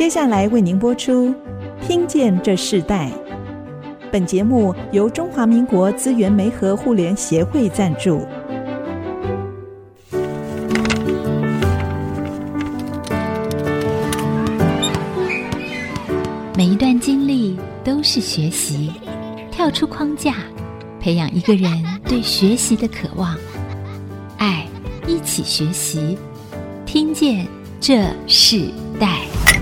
接下来为您播出《听见这世代》。本节目由中华民国资源媒合互联协会赞助。 每一段经历都是学习，跳出框架，培养一个人对学习的渴望。爱，一起学习，听见这世代。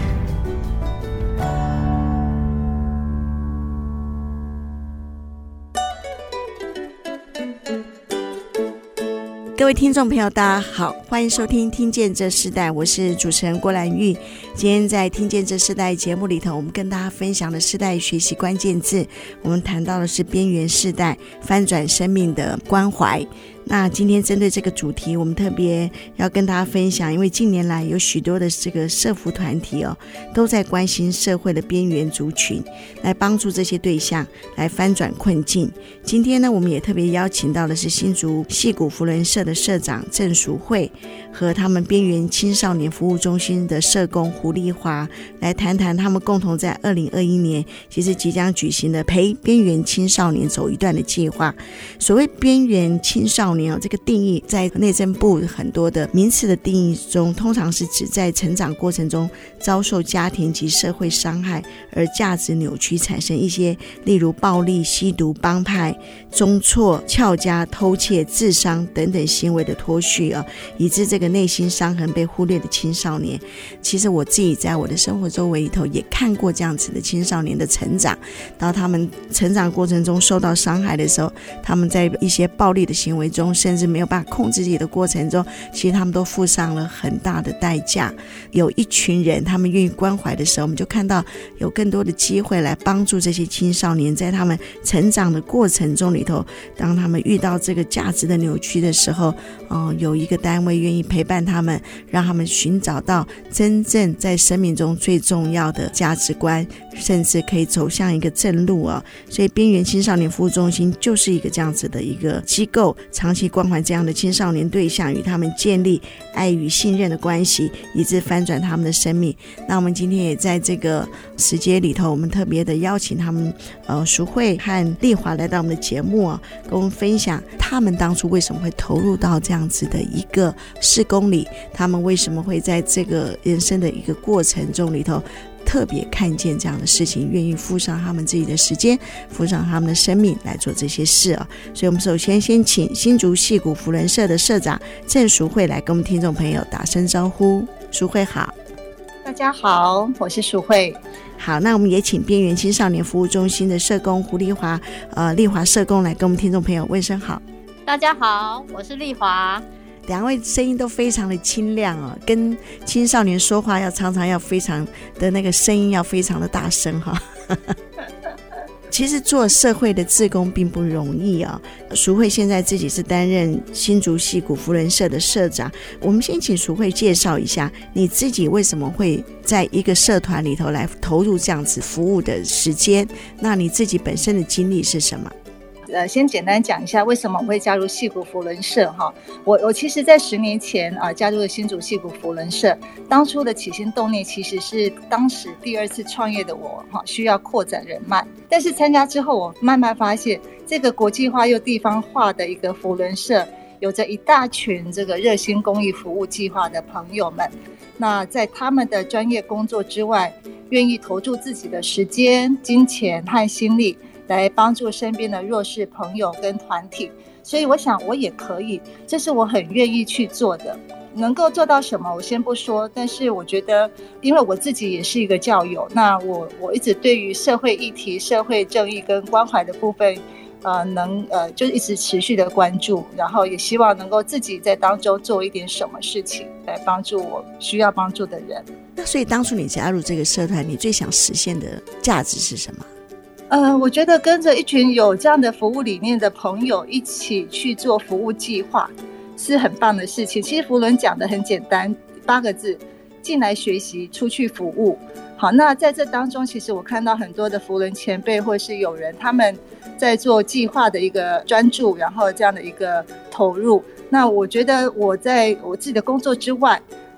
各位听众朋友大家好，欢迎收听听见这世代，我是主持人郭兰玉。今天在听见这世代节目里头，我们跟大家分享的世代学习关键字，我们谈到的是边缘世代翻转生命的关怀。那今天针对这个主题，我们特别要跟大家分享，因为近年来有许多的这个社福团体都在关心社会的边缘族群，来帮助这些对象来翻转困境。今天呢，我们也特别邀请到的是新竹矽谷扶轮社的社长郑淑慧，和他们边缘青少年服务中心的社工胡丽华，来谈谈他们共同在2021年其实即将举行的陪边缘青少年走一段的计划。所谓边缘青少年这个定义在内政部很多的名词的定义中，通常是指在成长过程中遭受家庭及社会伤害而价值扭曲，产生一些例如暴力、吸毒、帮派、中辍、翘家、偷窃、自伤等等行为的脱序以致这个内心伤痕被忽略的青少年。其实我自己在我的生活周围里头也看过这样子的青少年的成长，到他们成长过程中受到伤害的时候，他们在一些暴力的行为中，甚至没有办法控制自己的过程中，其实他们都付上了很大的代价。有一群人他们愿意关怀的时候，我们就看到有更多的机会来帮助这些青少年在他们成长的过程中里头，当他们遇到这个价值的扭曲的时候，有一个单位愿意陪伴他们，让他们寻找到真正在生命中最重要的价值观，甚至可以走向一个正路所以边缘青少年服务中心就是一个这样子的一个机构，长期关怀这样的青少年对象，与他们建立爱与信任的关系，以致翻转他们的生命。那我们今天也在这个时间里头，我们特别的邀请他们淑慧和丽华来到我们的节目跟我们分享他们当初为什么会投入到这样子的一个事工里，他们为什么会在这个人生的一个过程中里头特别看见这样的事情，愿意付上他们自己的时间，付上他们的生命来做这些事所以我们首先先请新竹矽谷扶轮社的社长郑淑慧来跟我们听众朋友打声招呼。淑慧好。 大家好，我是淑慧。 好，那我们也请边缘青少年服务中心的社工胡丽华丽华社工来跟我们听众朋友问声好。 大家好，我是丽华。 两位声音都非常的清亮跟青少年说话常常要非常的那个声音要非常的大声其实做社会的志工并不容易淑慧现在自己是担任新竹矽谷扶轮社的社长，我们先请淑慧介绍一下你自己为什么会在一个社团里头来投入这样子服务的时间，那你自己本身的经历是什么？ 先简单讲一下为什么我会加入矽谷扶轮社我其实在10年前加入了新竹矽谷扶轮社，当初的起心动念其实是当时第2次创业的我需要扩展人脉，但是参加之后我慢慢发现这个国际化又地方化的一个扶轮社有着一大群这个热心公益服务计划的朋友们，那在他们的专业工作之外，愿意投注自己的时间、金钱和心力来帮助身边的弱势朋友跟团体，所以我想我也可以，这是我很愿意去做的。能够做到什么我先不说，但是我觉得因为我自己也是一个教友，那我一直对于社会议题、社会正义跟关怀的部分就一直持续的关注，然后也希望能够自己在当中做一点什么事情来帮助我需要帮助的人。 那所以当初你加入这个社团，你最想实现的价值是什么？ 我觉得跟着一群有这样的服务理念的朋友一起去做服务计划是很棒的事情。其实扶轮讲的很简单，8个字：进来学习，出去服务。好，那在这当中，其实我看到很多的扶轮前辈或是友人，他们在做计划的一个专注，然后这样的一个投入。那我觉得我在我自己的工作之外，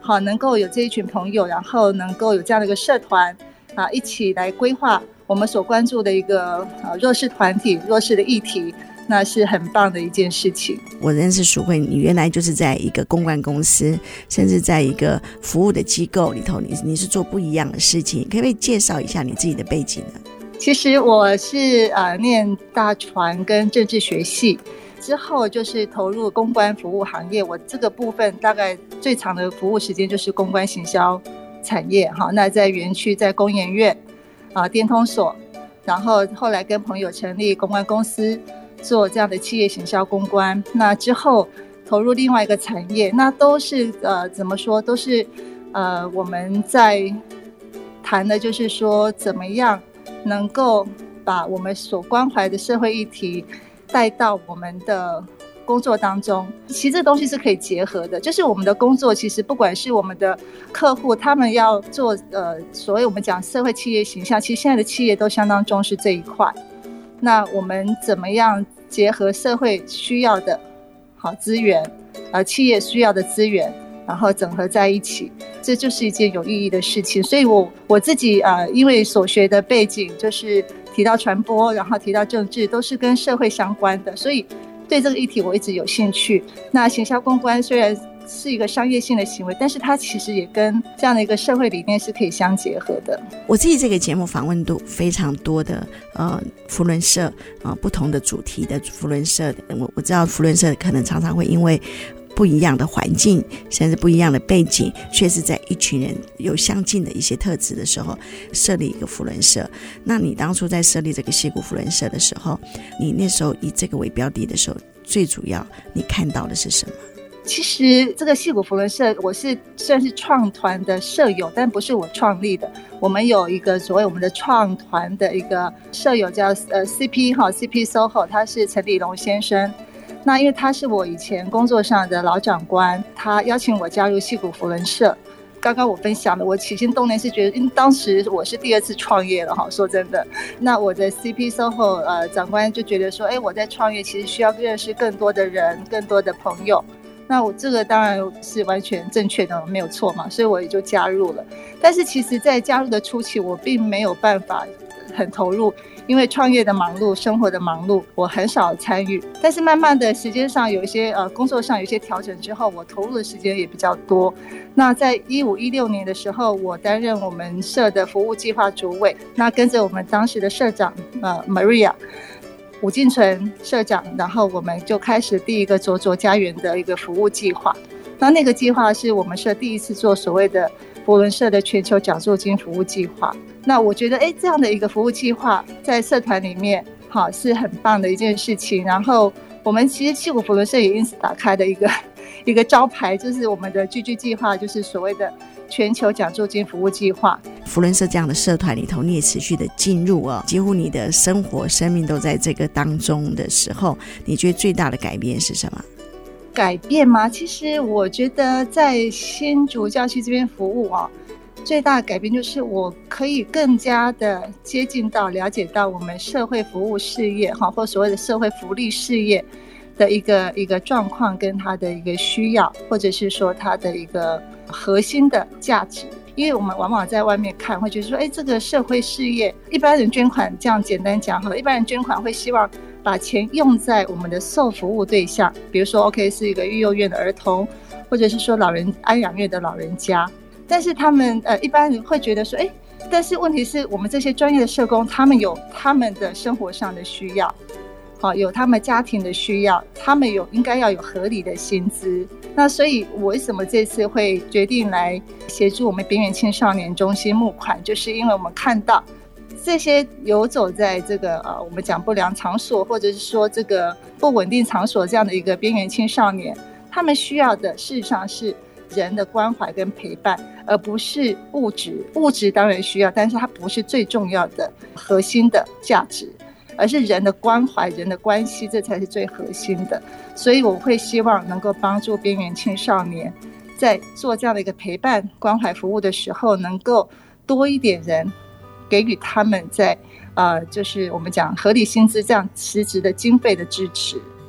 好，能够有这一群朋友，然后能够有这样的一个社团啊，一起来规划我们所关注的一个弱势团体、弱势的议题，那是很棒的一件事情。 我认识淑慧，你原来就是在一个公关公司，甚至在一个服务的机构里头，你是做不一样的事情，可不可以介绍一下你自己的背景呢？ 其实我是念大传跟政治学系，之后就是投入公关服务行业。我这个部分大概最长的服务时间就是公关行销产业。好，那在园区，在工研院电通所，然后后来跟朋友成立公关公司，做这样的企业行销公关。那之后投入另外一个产业，那都是怎么说，都是我们在谈的就是说怎么样能够把我们所关怀的社会议题带到我们的工作当中。其实这个东西是可以结合的，就是我们的工作其实不管是我们的客户他们要做所谓我们讲社会企业形象，其实现在的企业都相当重视这一块。那我们怎么样结合社会需要的好资源企业需要的资源，然后整合在一起，这就是一件有意义的事情。所以我自己因为所学的背景就是提到传播，然后提到政治，都是跟社会相关的，所以对这个议题我一直有兴趣。那行销公关虽然是一个商业性的行为，但是它其实也跟这样的一个社会理念是可以相结合的。 我自己这个节目访问度非常多的扶轮社不同的主题的扶轮社，我知道扶轮社可能常常会因为不一样的环境甚至不一样的背景，却是在一群人有相近的一些特质的时候设立一个扶轮社。那你当初在设立这个矽谷扶轮社的时候，你那时候以这个为标的的时候，最主要你看到的是什么？ 其实这个矽谷扶轮社我是算是创团的社友，但不是我创立的。我们有一个所谓我们的创团的一个社友叫CP SOHO， 他是陈立龙先生。那因为他是我以前工作上的老长官，他邀请我加入矽谷扶轮社。刚刚我分享的，我起心动念是觉得，因为当时我是第二次创业了哈，说真的，那我的 CP SOHO 长官就觉得说，我在创业其实需要认识更多的人，更多的朋友。那我这个当然是完全正确的，没有错嘛，所以我也就加入了。但是其实在加入的初期，我并没有办法很投入，因为创业的忙碌，生活的忙碌，我很少参与。但是慢慢的时间上有一些工作上有一些调整之后，我投入的时间也比较多。那在15、16年的时候，我担任我们社的服务计划主委，那跟着我们当时的社长Maria吴进纯社长，然后我们就开始第一个卓卓家园的一个服务计划。那个计划是我们社第一次做所谓的扶轮社的全球奖助金服务计划。那我觉得这样的一个服务计划在社团里面是很棒的一件事情。然后我们其实矽谷扶轮社也因此打开的一个招牌，就是我们的GG计划，就是所谓的全球奖助金服务计划。 扶轮社这样的社团里头，你也持续的进入几乎你的生活生命都在这个当中的时候，你觉得最大的改变是什么？ 改变吗？其实我觉得在新竹教区这边服务最大的改变就是我可以更加的接近到了解到我们社会服务事业或所谓的社会福利事业的一个状况跟它的一个需要，或者是说它的一个核心的价值。因为我们往往在外面看会觉得说这个社会事业一般人捐款，这样简单讲好了，一般人捐款会希望把钱用在我们的受服务对象，比如说 OK 是一个育幼院的儿童，或者是说老人安养院的老人家。但是他们一般人会觉得说但是问题是我们这些专业的社工，他们有他们的生活上的需要，有他们家庭的需要，他们应该要有合理的薪资。那所以我为什么这次会决定来协助我们边缘青少年中心募款，就是因为我们看到这些游走在这个我们讲不良场所，或者是说这个不稳定场所这样的一个边缘青少年，他们需要的事实上是人的关怀跟陪伴，而不是物质。物质当然需要，但是它不是最重要的核心的价值，而是人的关怀，人的关系，这才是最核心的。所以我会希望能够帮助边缘青少年在做这样的一个陪伴关怀服务的时候，能够多一点人给予他们在就是我们讲合理薪资这样实质的经费的支持。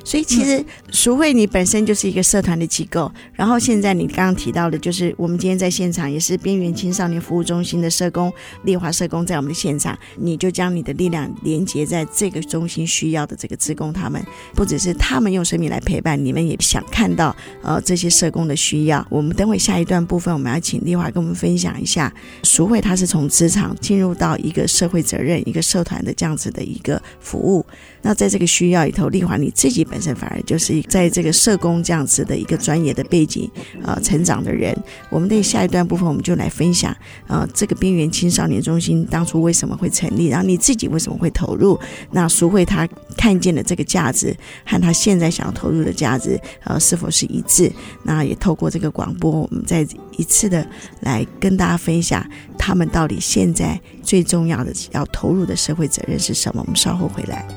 所以其实淑慧你本身就是一个社团的机构，然后现在你刚刚提到的就是我们今天在现场也是边缘青少年服务中心的社工丽华社工在我们的现场，你就将你的力量连接在这个中心需要的这个志工，他们不只是他们用生命来陪伴，你们也想看到这些社工的需要。我们等会下一段部分我们要请丽华跟我们分享一下淑慧她是从职场进入到一个社会责任一个社团的这样子的一个服务，那在这个需要里头，丽华你自己本身反而就是在这个社工这样子的一个专业的背景成长的人。我们的下一段部分我们就来分享这个边缘青少年中心当初为什么会成立，然后你自己为什么会投入，那淑慧她看见的这个价值和她现在想要投入的价值是否是一致，那也透过这个广播我们再一次的来跟大家分享他们到底现在最重要的要投入的社会责任是什么。我们稍后回来。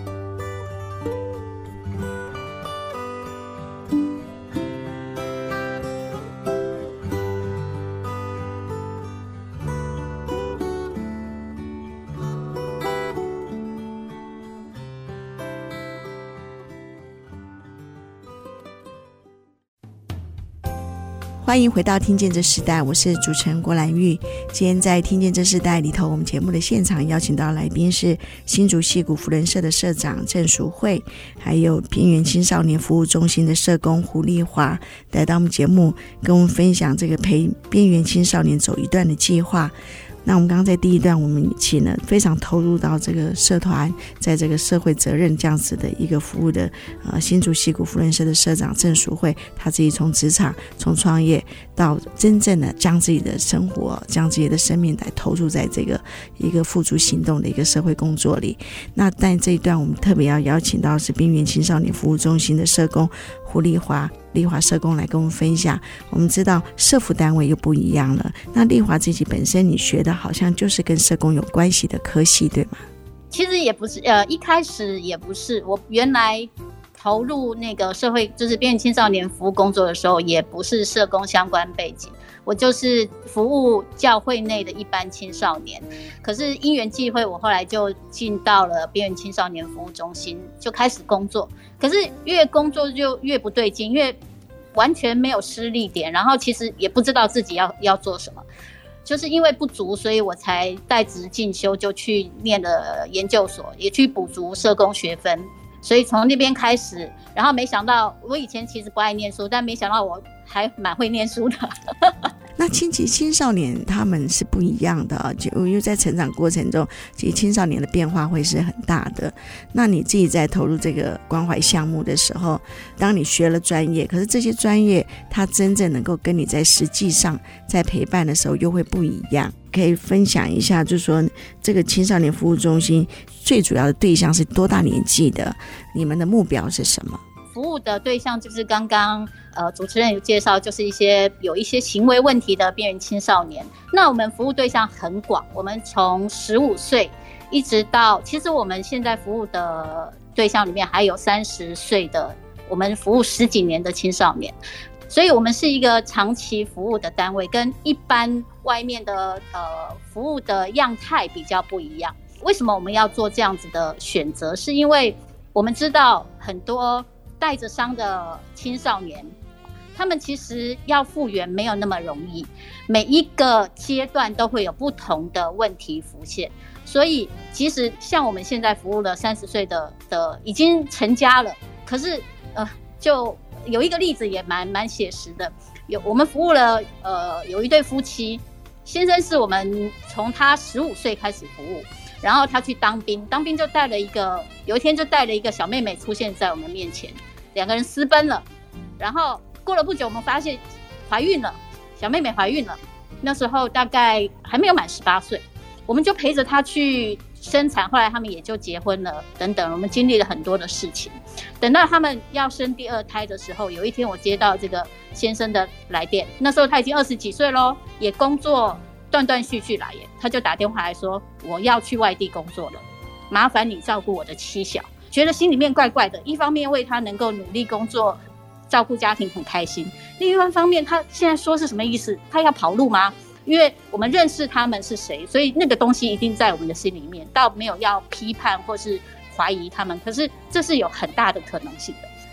欢迎回到听见这时代，我是主持人郭兰玉。今天在听见这时代里头，我们节目的现场邀请到来宾是新竹矽谷扶轮社的社长郑淑慧，还有边缘青少年服务中心的社工胡丽华，来到我们节目跟我们分享这个陪边缘青少年走一段的计划。那我们刚刚在第一段我们请了非常投入到这个社团在这个社会责任这样子的一个服务的新竹矽谷扶轮社的社长郑淑慧，他自己从职场从创业到真正的将自己的生活将自己的生命来投入在这个一个付诸行动的一个社会工作里。那但这一段我们特别要邀请到是边缘青少年服务中心的社工胡丽华社工来跟我们分享。我们知道社福单位又不一样了，那丽华自己本身你学的好像就是跟社工有关系的科系对吗？ 其实也不是，一开始也不是，我原来投入那个社会就是边缘青少年服务工作的时候也不是社工相关背景，我就是服务教会内的一般青少年。可是因缘际会，我后来就进到了边缘青少年服务中心就开始工作。可是越工作就越不对劲，因为完全没有施力点，然后其实也不知道自己要做什么，就是因为不足，所以我才代职进修，就去念了研究所，也去补足社工学分。所以从那边开始，然后没想到我以前其实不爱念书，但没想到我还蛮会念书的。 那青少年他们是不一样的，因为在成长过程中其实青少年的变化会是很大的。那你自己在投入这个关怀项目的时候，当你学了专业，可是这些专业它真正能够跟你在实际上在陪伴的时候又会不一样。可以分享一下，就是说这个青少年服务中心最主要的对象是多大年纪的？你们的目标是什么？ 服务的对象就是刚刚主持人有介绍，就是有一些行为问题的边缘青少年。那我们服务对象很广，我们从15岁一直到，其实我们现在服务的对象里面还有30岁的，我们服务10几年的青少年。所以我们是一个长期服务的单位，跟一般外面的服务的样态比较不一样。为什么我们要做这样子的选择？是因为我们知道很多带着伤的青少年，他们其实要复原没有那么容易，每一个阶段都会有不同的问题浮现。所以即使像我们现在服务了30岁的已经成家了，可是就有一个例子也蛮写实的，我们服务了有一对夫妻，先生是我们从他15岁开始服务，然后他去当兵就有一天就带了一个小妹妹出现在我们面前，两个人私奔了，然后过了不久我们发现怀孕了，小妹妹怀孕了，那时候大概还没有满18岁，我们就陪着她去生产，后来他们也就结婚了等等，我们经历了很多的事情。等到他们要生第2胎的时候，有一天我接到这个先生的来电，那时候他已经20几岁咯，也工作断断续续来耶，他就打电话来说我要去外地工作了，麻烦你照顾我的妻小。觉得心里面怪怪的，一方面为他能够努力工作照顾家庭很开心，另一方面他现在说是什么意思？他要跑路吗？因为我们认识他们是谁，所以那个东西一定在我们的心里面，倒没有要批判或是怀疑他们，可是这是有很大的可能性的。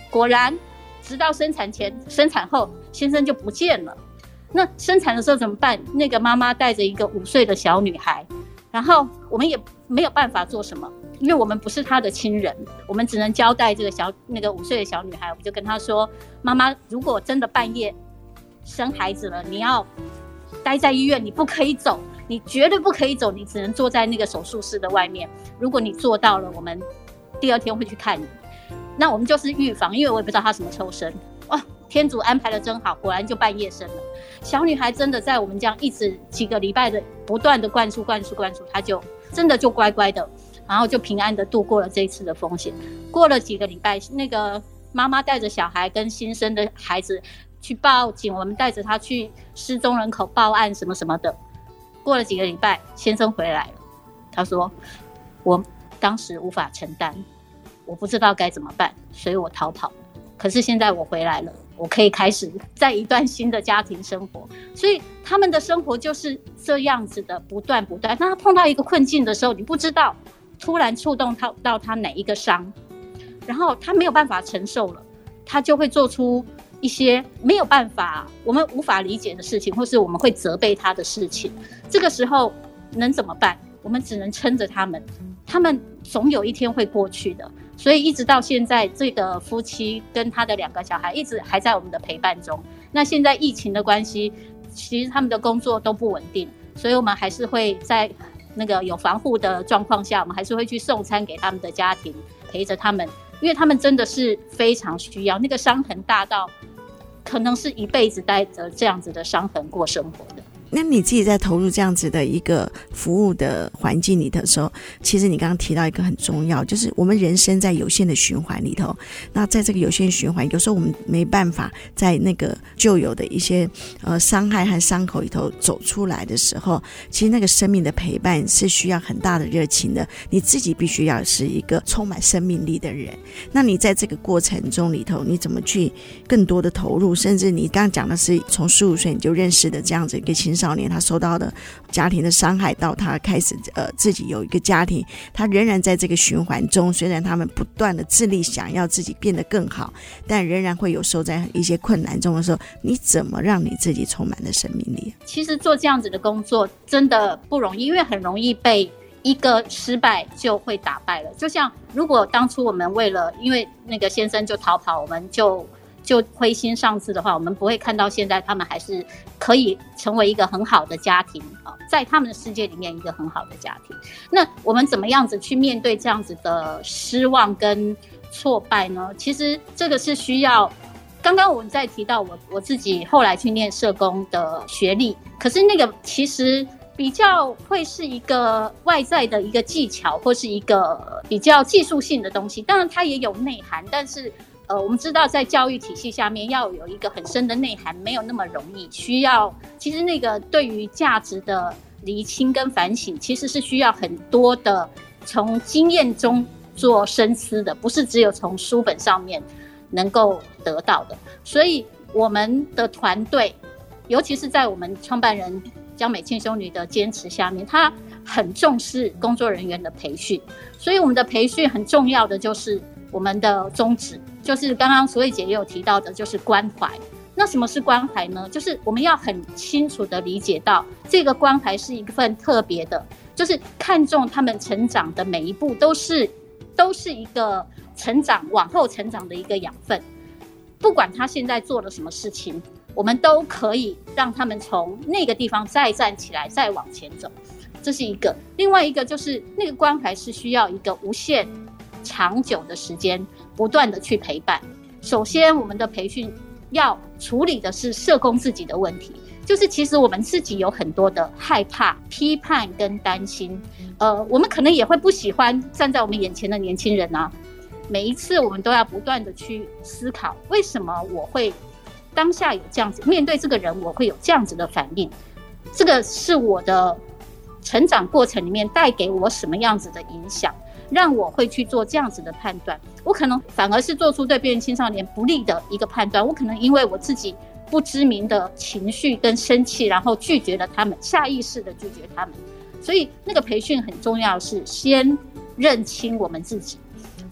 果然直到生产前、生产后，先生就不见了。那生产的时候怎么办？那个妈妈带着一个5岁的小女孩，然后我们也没有办法做什么，因为我们不是她的亲人，我们只能交代这个5岁的小女孩，我们就跟她说：妈妈，如果真的半夜生孩子了，你要待在医院，你不可以走，你绝对不可以走，你只能坐在那个手术室的外面。如果你做到了，我们第2天会去看你。那我们就是预防，因为我也不知道她什么时候生。哇，天主安排的真好，果然就半夜生了。小女孩真的在我们这样一直几个礼拜的不断的灌输，她就真的就乖乖的，然后就平安的度过了这一次的风险。过了几个礼拜，那个妈妈带着小孩跟新生的孩子去报警，我们带着他去失踪人口报案什么什么的。过了几个礼拜，先生回来了，他说我当时无法承担，我不知道该怎么办，所以我逃跑了。可是现在我回来了，我可以开始在一段新的家庭生活。所以他们的生活就是这样子的，不断。当他碰到一个困境的时候，你不知道突然触动到他哪一个伤，然后他没有办法承受了，他就会做出一些没有办法，我们无法理解的事情，或是我们会责备他的事情。这个时候能怎么办？我们只能撑着他们总有一天会过去的。所以一直到现在，这个夫妻跟他的2个小孩一直还在我们的陪伴中。那现在疫情的关系，其实他们的工作都不稳定，所以我们还是会在那个有防护的状况下，我们还是会去送餐给他们的家庭，陪着他们，因为他们真的是非常需要。那个伤痕大到可能是一辈子带着这样子的伤痕过生活的。 那你自己在投入这样子的一个服务的环境里的时候，其实你刚刚提到一个很重要，就是我们人生在有限的循环里头，那在这个有限循环，有时候我们没办法在那个旧有的一些伤害和伤口里头走出来的时候，其实那个生命的陪伴是需要很大的热情的，你自己必须要是一个充满生命力的人。那你在这个过程中里头，你怎么去更多的投入？甚至你刚刚讲的是从15岁你就认识的这样子一个青少年，他受到的家庭的伤害，到他开始自己有一个家庭，他仍然在这个循环中，虽然他们不断的致力想要自己变得更好，但仍然会有时候在一些困难中的时候，你怎么让你自己充满了生命力？ 其实做这样子的工作真的不容易，因为很容易被一个失败就会打败了。就像如果当初我们因为那个先生就逃跑，我们就灰心丧志的话，我们不会看到现在他们还是可以成为一个很好的家庭，在他们的世界里面一个很好的家庭。那我们怎么样子去面对这样子的失望跟挫败呢？其实这个是需要，刚刚我们在提到我自己后来去念社工的学历，可是那个其实比较会是一个外在的一个技巧，或是一个比较技术性的东西，当然它也有内涵，但是我们知道在教育体系下面要有一个很深的内涵没有那么容易，需要其实那个对于价值的厘清跟反省，其实是需要很多的从经验中做深思的，不是只有从书本上面能够得到的。所以我们的团队，尤其是在我们创办人江美庆修女的坚持下面，她很重视工作人员的培训，所以我们的培训很重要的就是我们的宗旨，就是刚刚淑慧姐也有提到的，就是关怀。那什么是关怀呢？就是我们要很清楚的理解到，这个关怀是一份特别的，就是看重他们成长的每一步都是一个成长，往后成长的一个养分。不管他现在做了什么事情，我们都可以让他们从那个地方再站起来，再往前走。这是一个。另外一个就是那个关怀是需要一个无限长久的时间不断的去陪伴。首先我们的培训要处理的是社工自己的问题，就是其实我们自己有很多的害怕、批判跟担心，我们可能也会不喜欢站在我们眼前的年轻人啊。每一次我们都要不断的去思考，为什么我会当下有这样子面对这个人，我会有这样子的反应，这个是我的成长过程里面带给我什么样子的影响，让我会去做这样子的判断。我可能反而是做出对边缘青少年不利的一个判断，我可能因为我自己不知名的情绪跟生气，然后拒绝了他们，下意识的拒绝他们。所以那个培训很重要，是先认清我们自己，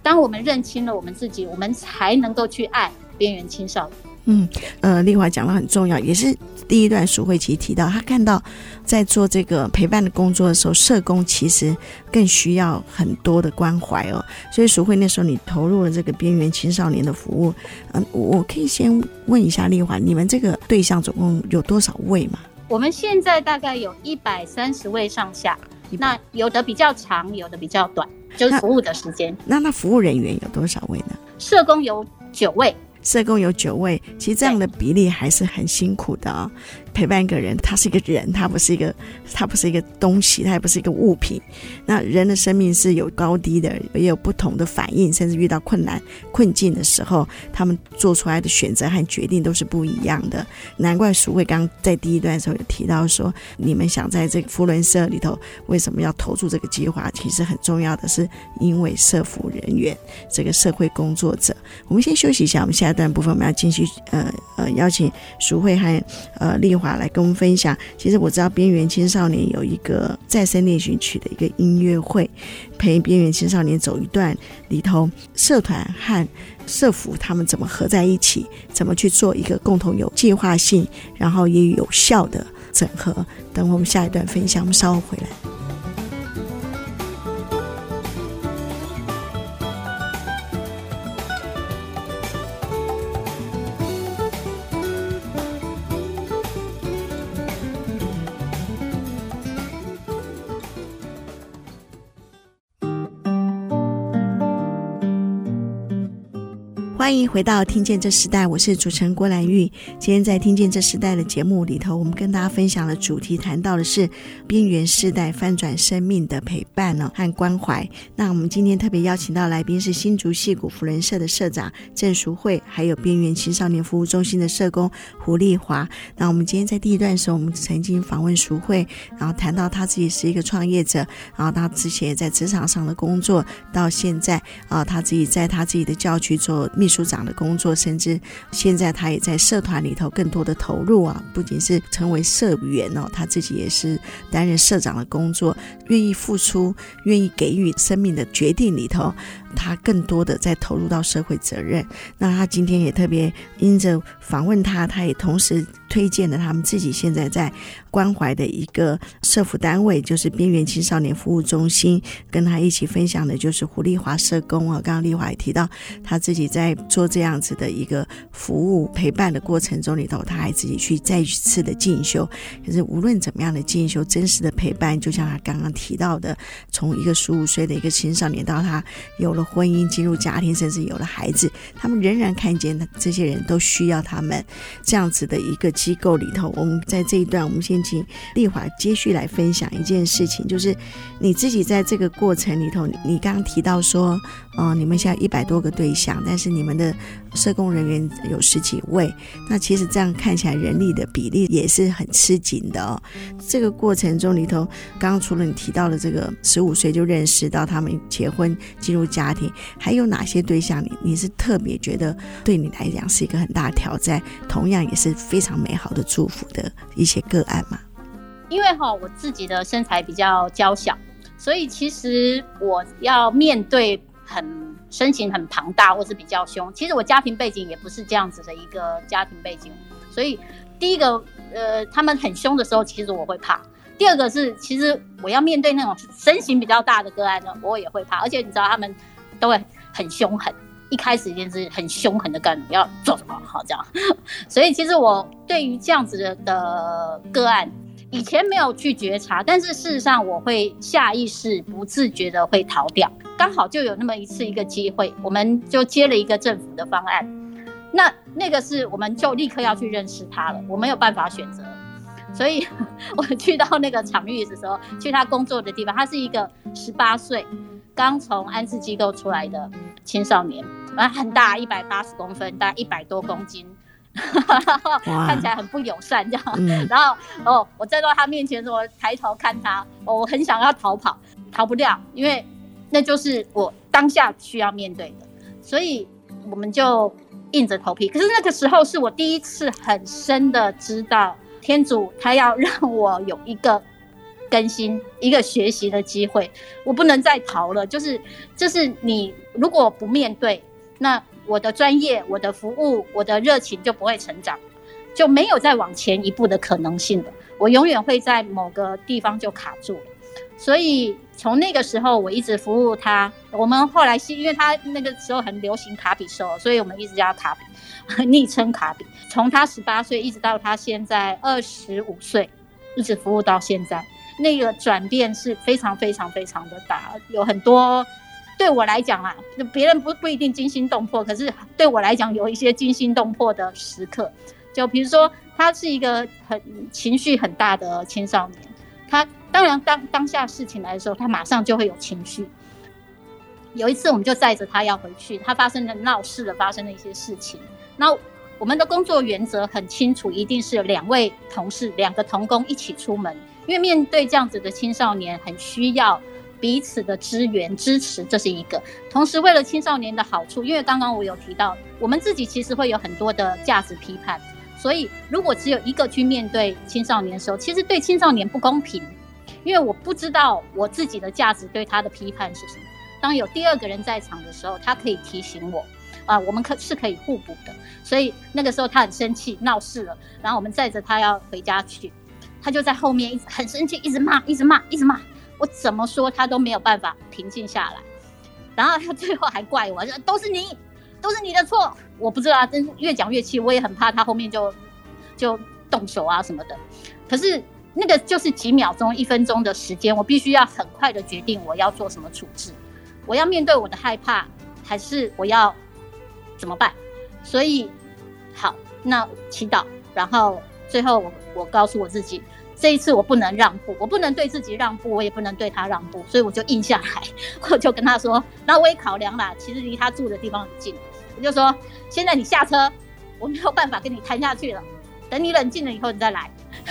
当我们认清了我们自己，我们才能够去爱边缘青少年。 丽华讲得很重要，也是第一段淑慧其实提到，他看到在做这个陪伴的工作的时候，社工其实更需要很多的关怀哦。所以淑慧那时候你投入了这个边缘青少年的服务，我可以先问一下丽华，你们这个对象总共有多少位吗？ 我们现在大概有130位上下，那有的比较长，有的比较短，就是服务的时间。 那服务人员有多少位呢？ 社工有9位。 社工有9位，其实这样的比例还是很辛苦的哦。陪伴一个人，他是一个人，他不是一个东西，他也不是一个物品。那人的生命是有高低的，也有不同的反应，甚至遇到困境的时候，他们做出来的选择和决定都是不一样的。难怪淑慧刚在第一段的时候有提到说，你们想在这个扶轮社里头为什么要投注这个计划，其实很重要的是因为社福人员，这个社会工作者。我们先休息一下，我们下一段部分我们要继续邀请淑慧和丽华来跟我们分享。其实我知道边缘青少年有一个再生练习曲的一个音乐会，陪边缘青少年走一段，里头社团和社福他们怎么合在一起，怎么去做一个共同有计划性然后也有效的整合。等我们下一段分享，我们稍后回来。欢迎回到听见这时代，我是主持人郭兰玉。今天在听见这时代的节目里头，我们跟大家分享的主题谈到的是边缘世代翻转生命的陪伴和关怀。那我们今天特别邀请到来宾是新竹矽谷扶轮社的社长郑淑慧，还有边缘青少年服务中心的社工胡丽华。那我们今天在第一段的时候，我们曾经访问淑慧，然后谈到她自己是一个创业者，然后她之前也在职场上的工作，到现在她自己在她自己的教区做秘书长的工作，甚至现在他也在社团里头更多的投入不仅是成为社员他自己也是担任社长的工作，愿意付出，愿意给予生命的决定里头，他更多的在投入到社会责任。那他今天也特别因着访问他也同时推荐了他们自己现在在关怀的一个社福单位，就是边缘青少年服务中心。跟他一起分享的就是胡丽华社工刚刚丽华也提到，他自己在做这样子的一个服务陪伴的过程中里头，他还自己去再一次的进修。可是无论怎么样的进修，真实的陪伴，就像他刚刚提到的，从一个15岁的一个青少年到他有了婚姻，进入家庭，甚至有了孩子，他们仍然看见这些人都需要他们这样子的一个机构里头。我们在这一段，我们先请丽华接续来分享一件事情，就是你自己在这个过程里头，你刚刚提到说你们现在100多个对象，但是你们的社工人员有10几位，那其实这样看起来人力的比例也是很吃紧的这个过程中里头，刚刚除了你提到的这个15岁就认识到他们结婚进入家庭，还有哪些对象你是特别觉得对你来讲是一个很大的挑战，同样也是非常美好的祝福的一些个案吗？ 因为我自己的身材比较娇小，所以其实我要面对身形很庞大或是比较凶，其实我家庭背景也不是这样子的一个家庭背景，所以第一个他们很凶的时候，其实我会怕。第二个是，其实我要面对那种身形比较大的个案呢，我也会怕。而且你知道他们都会很凶狠，一开始一定是很凶狠的干，你要做什么好这样。所以其实我对于这样子的个案，以前没有去觉察，但是事实上我会下意识不自觉的会逃掉。刚好就有那么一个机会，我们就接了一个政府的方案，那个是我们就立刻要去认识他了，我没有办法选择。所以我去到那个场域的时候，去他工作的地方，他是一个18岁刚从安置机构出来的青少年，很大，180公分，大概100多公斤看起来很不友善这样。然后我站到他面前的时候，我抬头看他，我很想要逃跑，逃不掉，因为那就是我当下需要面对的，所以我们就硬着头皮。可是那个时候是我第一次很深的知道，天主他要让我有一个更新，一个学习的机会，我不能再逃了。就是你如果不面对，那我的专业、我的服务、我的热情就不会成长，就没有再往前一步的可能性了。我永远会在某个地方就卡住了。所以从那个时候我一直服务他。我们后来因为他那个时候很流行卡比兽，所以我们一直叫他卡比，昵称卡比。从他18岁一直到他现在25岁，一直服务到现在，那个转变是非常非常非常的大，有很多对我来讲啊，别人不一定惊心动魄，可是对我来讲有一些惊心动魄的时刻。就比如说他是一个情绪很大的青少年，他当然当下事情来的时候，他马上就会有情绪。有一次我们就载着他要回去，他发生了闹事了，发生了一些事情。那我们的工作原则很清楚，一定是2位同事2个同工一起出门，因为面对这样子的青少年，很需要彼此的支援支持，这是一个。同时为了青少年的好处，因为刚刚我有提到我们自己其实会有很多的价值批判，所以如果只有一个去面对青少年的时候，其实对青少年不公平，因为我不知道我自己的价值对他的批判是什么。当有第2个人在场的时候，他可以提醒我我们是可以互补的。所以那个时候他很生气闹事了，然后我们载着他要回家去，他就在后面很生气，一直骂，我怎么说他都没有办法平静下来。然后他最后还怪我，都是你的错。我不知道，真越讲越气，我也很怕他后面就动手啊什么的。可是那个就是几秒钟1分钟的时间，我必须要很快的决定我要做什么处置，我要面对我的害怕，还是我要怎么办？所以好，那祈祷，然后最后我告诉我自己，这一次我不能让步，我不能对自己让步，我也不能对他让步，所以我就硬下来。我就跟他说，那我也考量啦，其实离他住的地方很近，我就说现在你下车，我没有办法跟你谈下去了，等你冷静了以后你再来。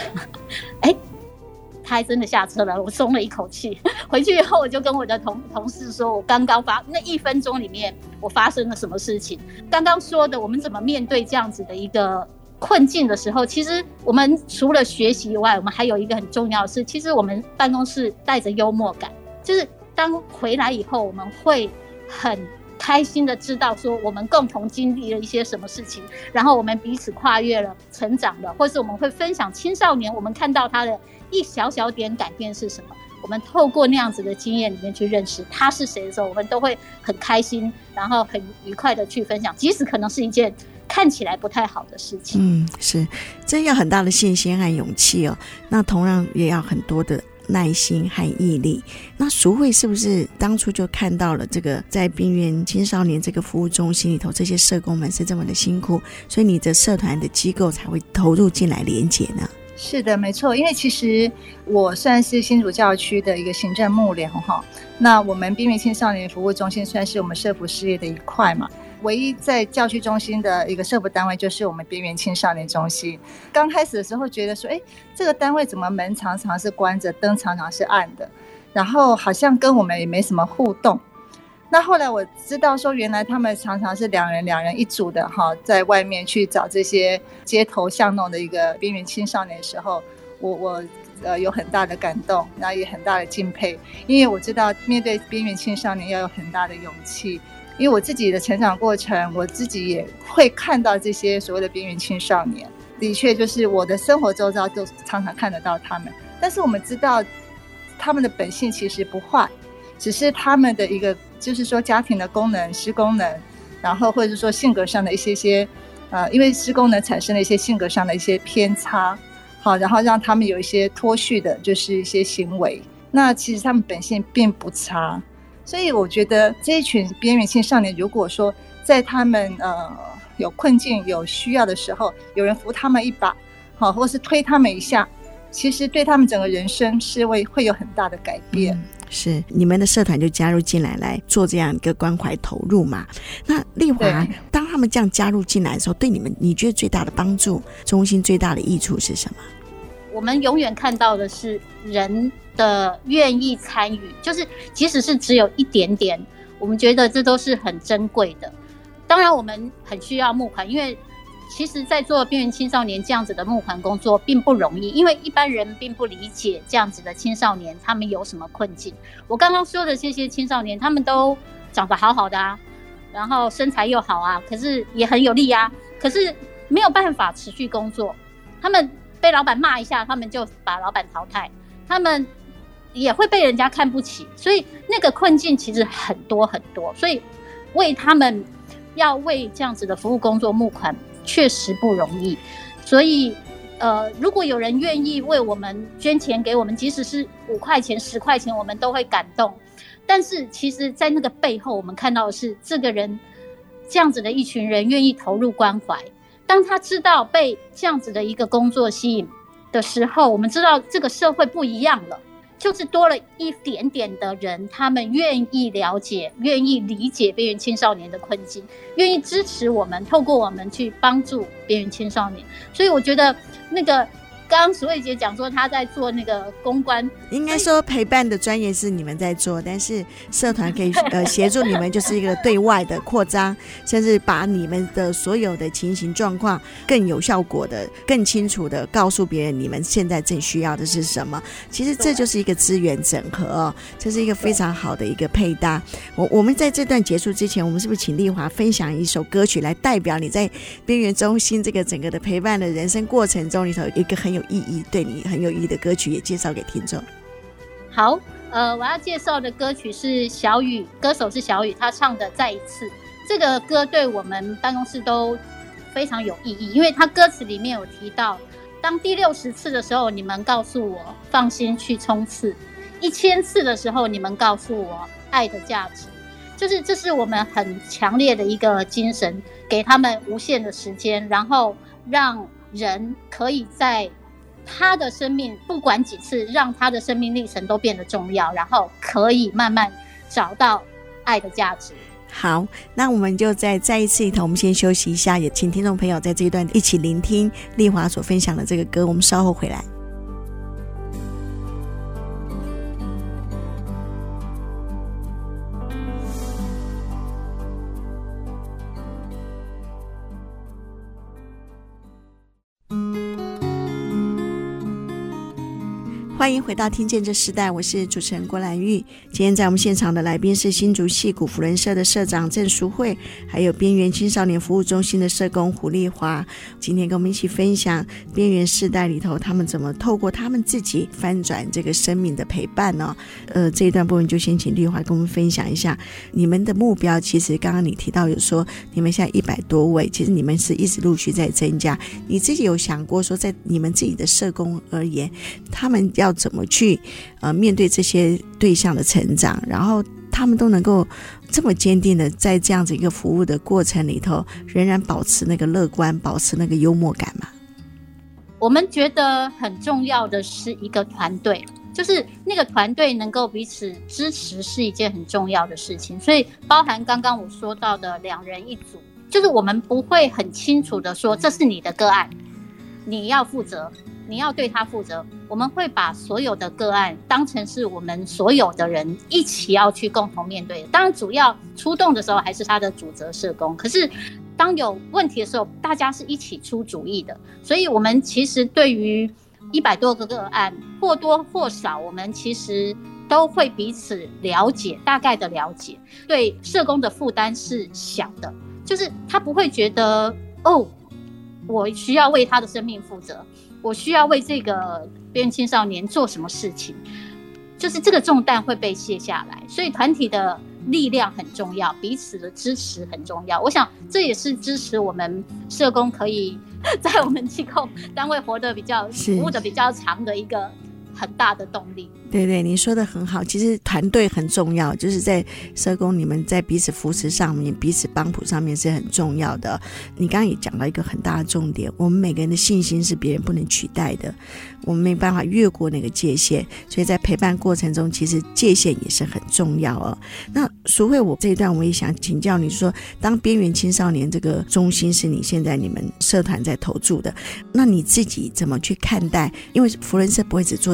他还真的下车了，我松了一口气。回去以后我就跟我的同事说，我刚刚那1分钟里面我发生了什么事情。刚刚说的我们怎么面对这样子的一个困境的时候，其实我们除了学习以外，我们还有一个很重要的是，其实我们办公室带着幽默感，就是当回来以后我们会很开心的知道说我们共同经历了一些什么事情，然后我们彼此跨越了成长了，或是我们会分享青少年我们看到他的一小小点改变是什么，我们透过那样子的经验里面去认识他是谁的时候，我们都会很开心，然后很愉快的去分享，即使可能是一件看起来不太好的事情。 是，这要很大的信心和勇气哦。那同样也要很多的耐心和毅力。那淑慧是不是当初就看到了这个在边缘青少年这个服务中心里头，这些社工们是这么的辛苦，所以你的社团的机构才会投入进来连结呢？ 是的，没错。因为其实我算是新竹教区的一个行政幕僚哈，那我们边缘青少年服务中心算是我们社福事业的一块嘛。唯一在教区中心的一个社福单位就是我们边缘青少年中心。刚开始的时候觉得说，这个单位怎么门常常是关着，灯常常是暗的，然后好像跟我们也没什么互动。那后来我知道说，原来他们常常是两人一组的哈，在外面去找这些街头巷弄的一个边缘青少年的时候，我有很大的感动，然后也很大的敬佩，因为我知道面对边缘青少年要有很大的勇气。因为我自己的成长过程，我自己也会看到这些所谓的边缘青少年，的确就是我的生活周遭都常常看得到他们。但是我们知道他们的本性其实不坏，只是他们的一个就是说家庭的功能、失功能，然后或者是说性格上的一些因为失功能产生了一些性格上的一些偏差，好，然后让他们有一些脱序的就是一些行为。那其实他们本性并不差。所以我觉得这一群边缘青少年，如果说在他们有困境有需要的时候，有人扶他们一把，好，或是推他们一下，其实对他们整个人生是会有很大的改变。 是你们的社团就加入进来做这样一个关怀投入嘛？那丽华，当他们这样加入进来的时候，对你觉得最大的帮助，中心最大的益处是什么？ 我们永远看到的是人的愿意参与，就是即使是只有一点点，我们觉得这都是很珍贵的。当然我们很需要募款，因为其实在做边缘青少年这样子的募款工作并不容易，因为一般人并不理解这样子的青少年他们有什么困境。我刚刚说的这些青少年，他们都长得好好的啊，然后身材又好啊，可是也很有力啊，可是没有办法持续工作，他们被老板骂一下，他们就把老板淘汰，他们也会被人家看不起，所以那个困境其实很多很多，所以为他们要为这样子的服务工作募款确实不容易。所以如果有人愿意为我们捐钱给我们，即使是5块钱10块钱，我们都会感动。但是其实在那个背后，我们看到的是这个人这样子的一群人愿意投入关怀，当他知道被这样子的一个工作吸引的时候，我们知道这个社会不一样了，就是多了一点点的人，他们愿意了解，愿意理解边缘青少年的困境，愿意支持我们，透过我们去帮助边缘青少年。所以我觉得那个刚刚淑慧姐讲说她在做那个公关， 应该说陪伴的专业是你们在做，但是社团可以协助你们，就是一个对外的扩张，甚至把你们的所有的情形状况更有效果的、更清楚的告诉别人你们现在正需要的是什么。其实这就是一个资源整合哦，这是一个非常好的一个配搭。我们在这段结束之前，我们是不是请丽华分享一首歌曲来代表你在边缘中心这个整个的陪伴的人生过程中里头一个很有意义、对你很有意义的歌曲，也介绍给听众。 好，我要介绍的歌曲是小雨，歌手是小雨，他唱的《再一次》。这个歌对我们办公室都非常有意义，因为他歌词里面有提到，当第60次的时候，你们告诉我放心去冲刺；1000次的时候，你们告诉我爱的价值。就是这是我们很强烈的一个精神，给他们无限的时间，然后让人可以在他的生命不管几次，让他的生命历程都变得重要，然后可以慢慢找到爱的价值。 好，那我们就再一次里头，我们先休息一下，也请听众朋友在这一段一起聆听丽华所分享的这个歌，我们稍后回来。欢迎回到听见这时代，我是主持人郭兰玉。今天在我们现场的来宾是新竹矽谷扶轮社的社长郑淑慧，还有边缘青少年服务中心的社工胡丽华。今天跟我们一起分享边缘世代里头他们怎么透过他们自己翻转这个生命的陪伴哦。这一段部分就先请丽华跟我们分享一下你们的目标。其实刚刚你提到有说你们现在100多位，其实你们是一直陆续在增加。你自己有想过说在你们自己的社工而言，他们要怎么去面对这些对象的成长，然后他们都能够这么坚定的在这样子一个服务的过程里头仍然保持那个乐观，保持那个幽默感嘛？ 我们觉得很重要的是一个团队，就是那个团队能够彼此支持是一件很重要的事情，所以包含刚刚我说到的2人1组，就是我们不会很清楚的说这是你的个案，你要负责，你要对他负责，我们会把所有的个案当成是我们所有的人一起要去共同面对的。当然主要出动的时候还是他的主责社工，可是当有问题的时候大家是一起出主意的。所以我们其实对于100多个个案或多或少，我们其实都会彼此了解，大概的了解，对社工的负担是小的，就是他不会觉得我需要为他的生命负责，我需要为这个边缘青少年做什么事情，就是这个重担会被卸下来。所以团体的力量很重要，彼此的支持很重要。我想这也是支持我们社工可以在我们机构单位活得比较服务的比较长的一个很大的动力。 对对，你说的很好，其实团队很重要，就是在社工你们在彼此扶持上面，彼此帮扶上面是很重要的。你刚刚也讲到一个很大的重点，我们每个人的信心是别人不能取代的，我们没办法越过那个界限，所以在陪伴过程中其实界限也是很重要哦。那淑慧，我这一段我也想请教你说，当边缘青少年这个中心是你现在你们社团在投注的，那你自己怎么去看待？因为扶轮社不会只做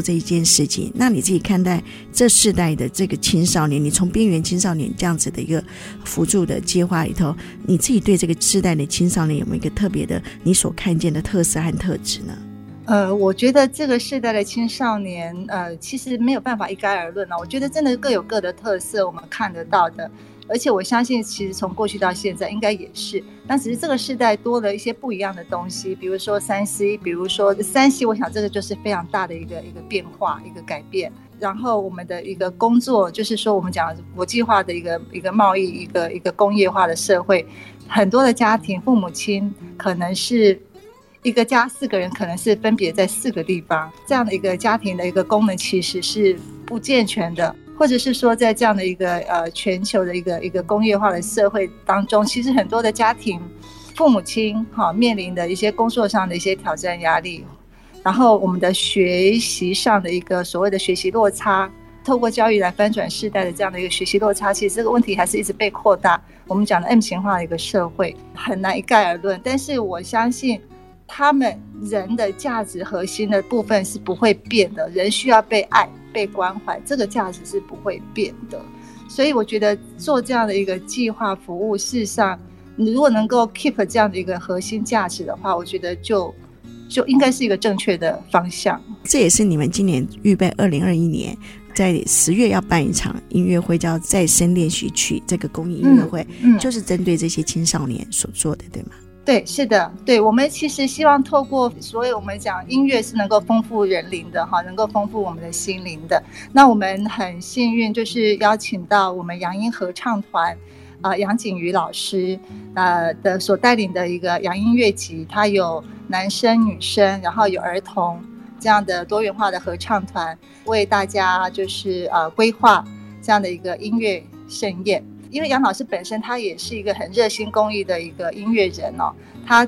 这一件事情。那你自己看待这世代的这个青少年，你从边缘青少年这样子的一个辅助的计划里头，你自己对这个世代的青少年有没有一个特别的你所看见的特色和特质呢？ 我觉得这个世代的青少年，其实没有办法一概而论我觉得真的各有各的特色，我们看得到的。而且我相信，其实从过去到现在应该也是，那只是这个世代多了一些不一样的东西，比如说3C， 比如说3C， 我想这个就是非常大的一个变化，一个改变。然后我们的一个工作，就是说我们讲国际化的一个贸易，一个工业化的社会，很多的家庭父母亲可能是一个家4个人，可能是分别在4个地方，这样的一个家庭的一个功能其实是不健全的。或者是说在这样的一个全球的一个工业化的社会当中，其实很多的家庭父母亲面临的一些工作上的一些挑战压力，然后我们的学习上的一个所谓的学习落差，透过教育来翻转世代的这样的一个学习落差，其实这个问题还是一直被扩大。我们讲的 M 型化的一个社会很难一概而论，但是我相信他们人的价值核心的部分是不会变的，人需要被爱被关怀，这个价值是不会变的。所以我觉得做这样的一个计划服务，事实上你如果能够 keep 这样的一个核心价值的话，我觉得就应该是一个正确的方向。 这也是你们今年预备2021年在10月要办一场音乐会，叫再生练习曲，这个公益音乐会，就是针对这些青少年所做的，对吗？ 对，是的，对，我们其实希望透过，所以我们讲音乐是能够丰富人灵的能够丰富我们的心灵的。那我们很幸运，就是邀请到我们杨音合唱团杨景瑜老师的所带领的一个杨音乐集，它有男生女生，然后有儿童这样的多元化的合唱团，为大家就是规划这样的一个音乐盛宴。因为杨老师本身他也是一个很热心公益的一个音乐人他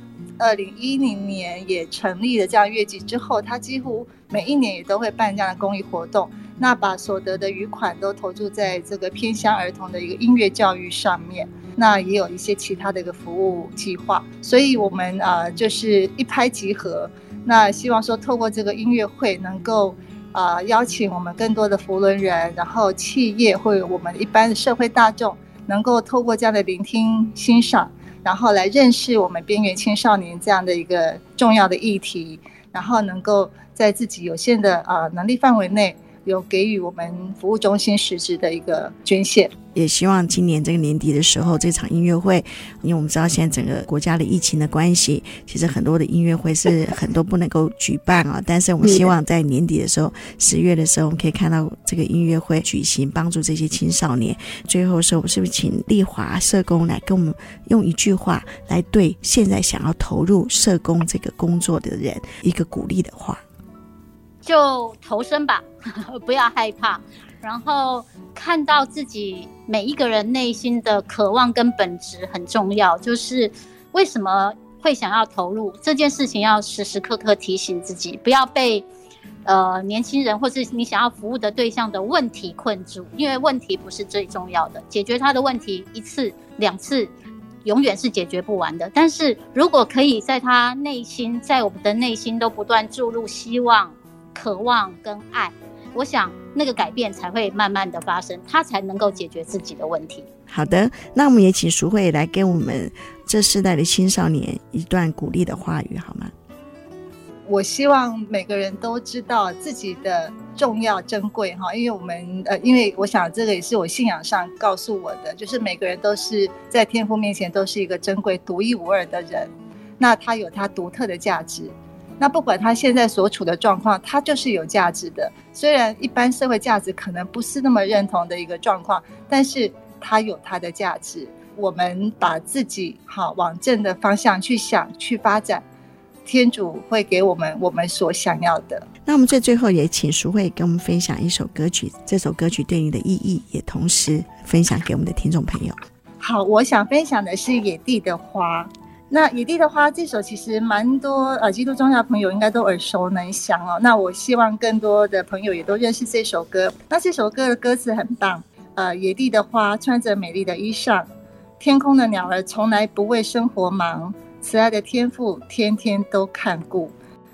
2010年也成立了这样乐集之后，他几乎每一年也都会办这样的公益活动，那把所得的余款都投注在这个偏乡儿童的一个音乐教育上面，那也有一些其他的一个服务计划。所以我们就是一拍即合，那希望说透过这个音乐会能够邀请我们更多的扶轮人，然后企业或者我们一般的社会大众，能够透过这样的聆听欣赏，然后来认识我们边缘青少年这样的一个重要的议题，然后能够在自己有限的能力范围内，有给予我们服务中心实质的一个捐献。 也希望今年这个年底的时候，这场音乐会，因为我们知道现在整个国家的疫情的关系，其实很多的音乐会是很多不能够举办但是我们希望在年底的时候10月的时候，我们可以看到这个音乐会举行，帮助这些青少年。最后的时候，我们是不是请丽华社工来跟我们用一句话来对现在想要投入社工这个工作的人一个鼓励的话？ 就投身吧不要害怕，然后看到自己每一个人内心的渴望跟本质很重要，就是为什么会想要投入这件事情，要时时刻刻提醒自己，不要被年轻人或是你想要服务的对象的问题困住，因为问题不是最重要的，解决他的问题1次2次永远是解决不完的。但是如果可以在他内心，在我们的内心都不断注入希望、渴望跟爱，我想那个改变才会慢慢的发生，他才能够解决自己的问题。 好的，那我们也请淑慧来给我们这世代的青少年一段鼓励的话语好吗？ 我希望每个人都知道自己的重要珍贵因为我们因为我想这个也是我信仰上告诉我的，就是每个人都是在天父面前都是一个珍贵独一无二的人，那他有他独特的价值，那不管他现在所处的状况，他就是有价值的。虽然一般社会价值可能不是那么认同的一个状况，但是他有他的价值。我们把自己往正的方向去想去发展，天主会给我们所想要的。 那我们最后也请淑慧跟我们分享一首歌曲，这首歌曲对你的意义也同时分享给我们的听众朋友。 好，我想分享的是野地的花。那野地的花这首其实蛮多基督宗教朋友应该都耳熟能详那我希望更多的朋友也都认识这首歌。那这首歌的歌词很棒，野地的花穿着美丽的衣裳，天空的鸟儿从来不为生活忙，慈爱的天父天天都看顾。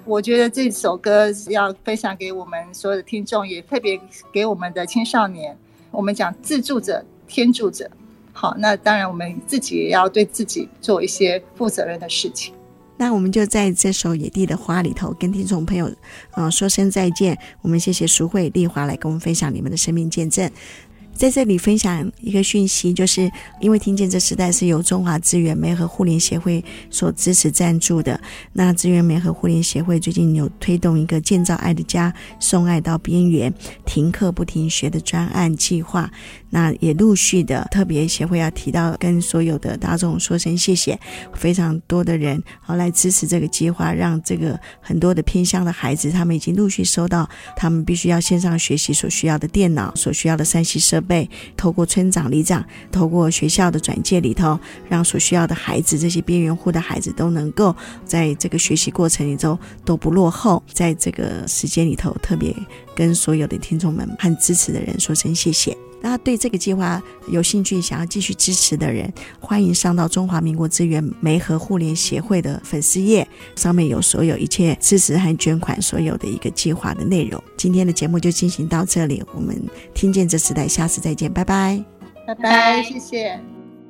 我觉得这首歌要分享给我们所有的听众，也特别给我们的青少年。我们讲自助者天助者，好，那当然我们自己也要对自己做一些负责任的事情。 那我们就在这首野地的花里头跟听众朋友说声再见。我们谢谢淑慧、丽华来跟我们分享你们的生命见证。在这里分享一个讯息，就是因为听见这时代是由中华资源媒合互联协会所支持赞助的。那资源媒合互联协会最近有推动一个建造爱的家，送爱到边缘，停课不停学的专案计划。那也陆续的特别协会要提到跟所有的大众说声谢谢，非常多的人来支持这个计划，让这个很多的偏乡的孩子他们已经陆续收到他们必须要线上学习所需要的电脑，所需要的3C设备，透过村长里长，透过学校的转介里头，让所需要的孩子，这些边缘户的孩子都能够在这个学习过程里头都不落后。在这个时间里头特别跟所有的听众们和支持的人说声谢谢。那对这个计划有兴趣想要继续支持的人，欢迎上到中华民国资源媒合互联协会的粉丝页，上面有所有一切支持和捐款所有的一个计划的内容。今天的节目就进行到这里，我们听见这时代，下次再见，拜拜。 拜拜，谢谢。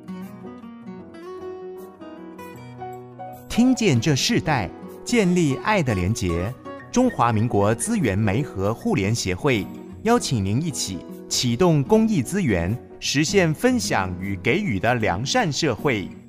听见这世代，建立爱的连结。中华民国资源媒合互联协会邀请您一起启动公益资源，实现分享与给予的良善社会。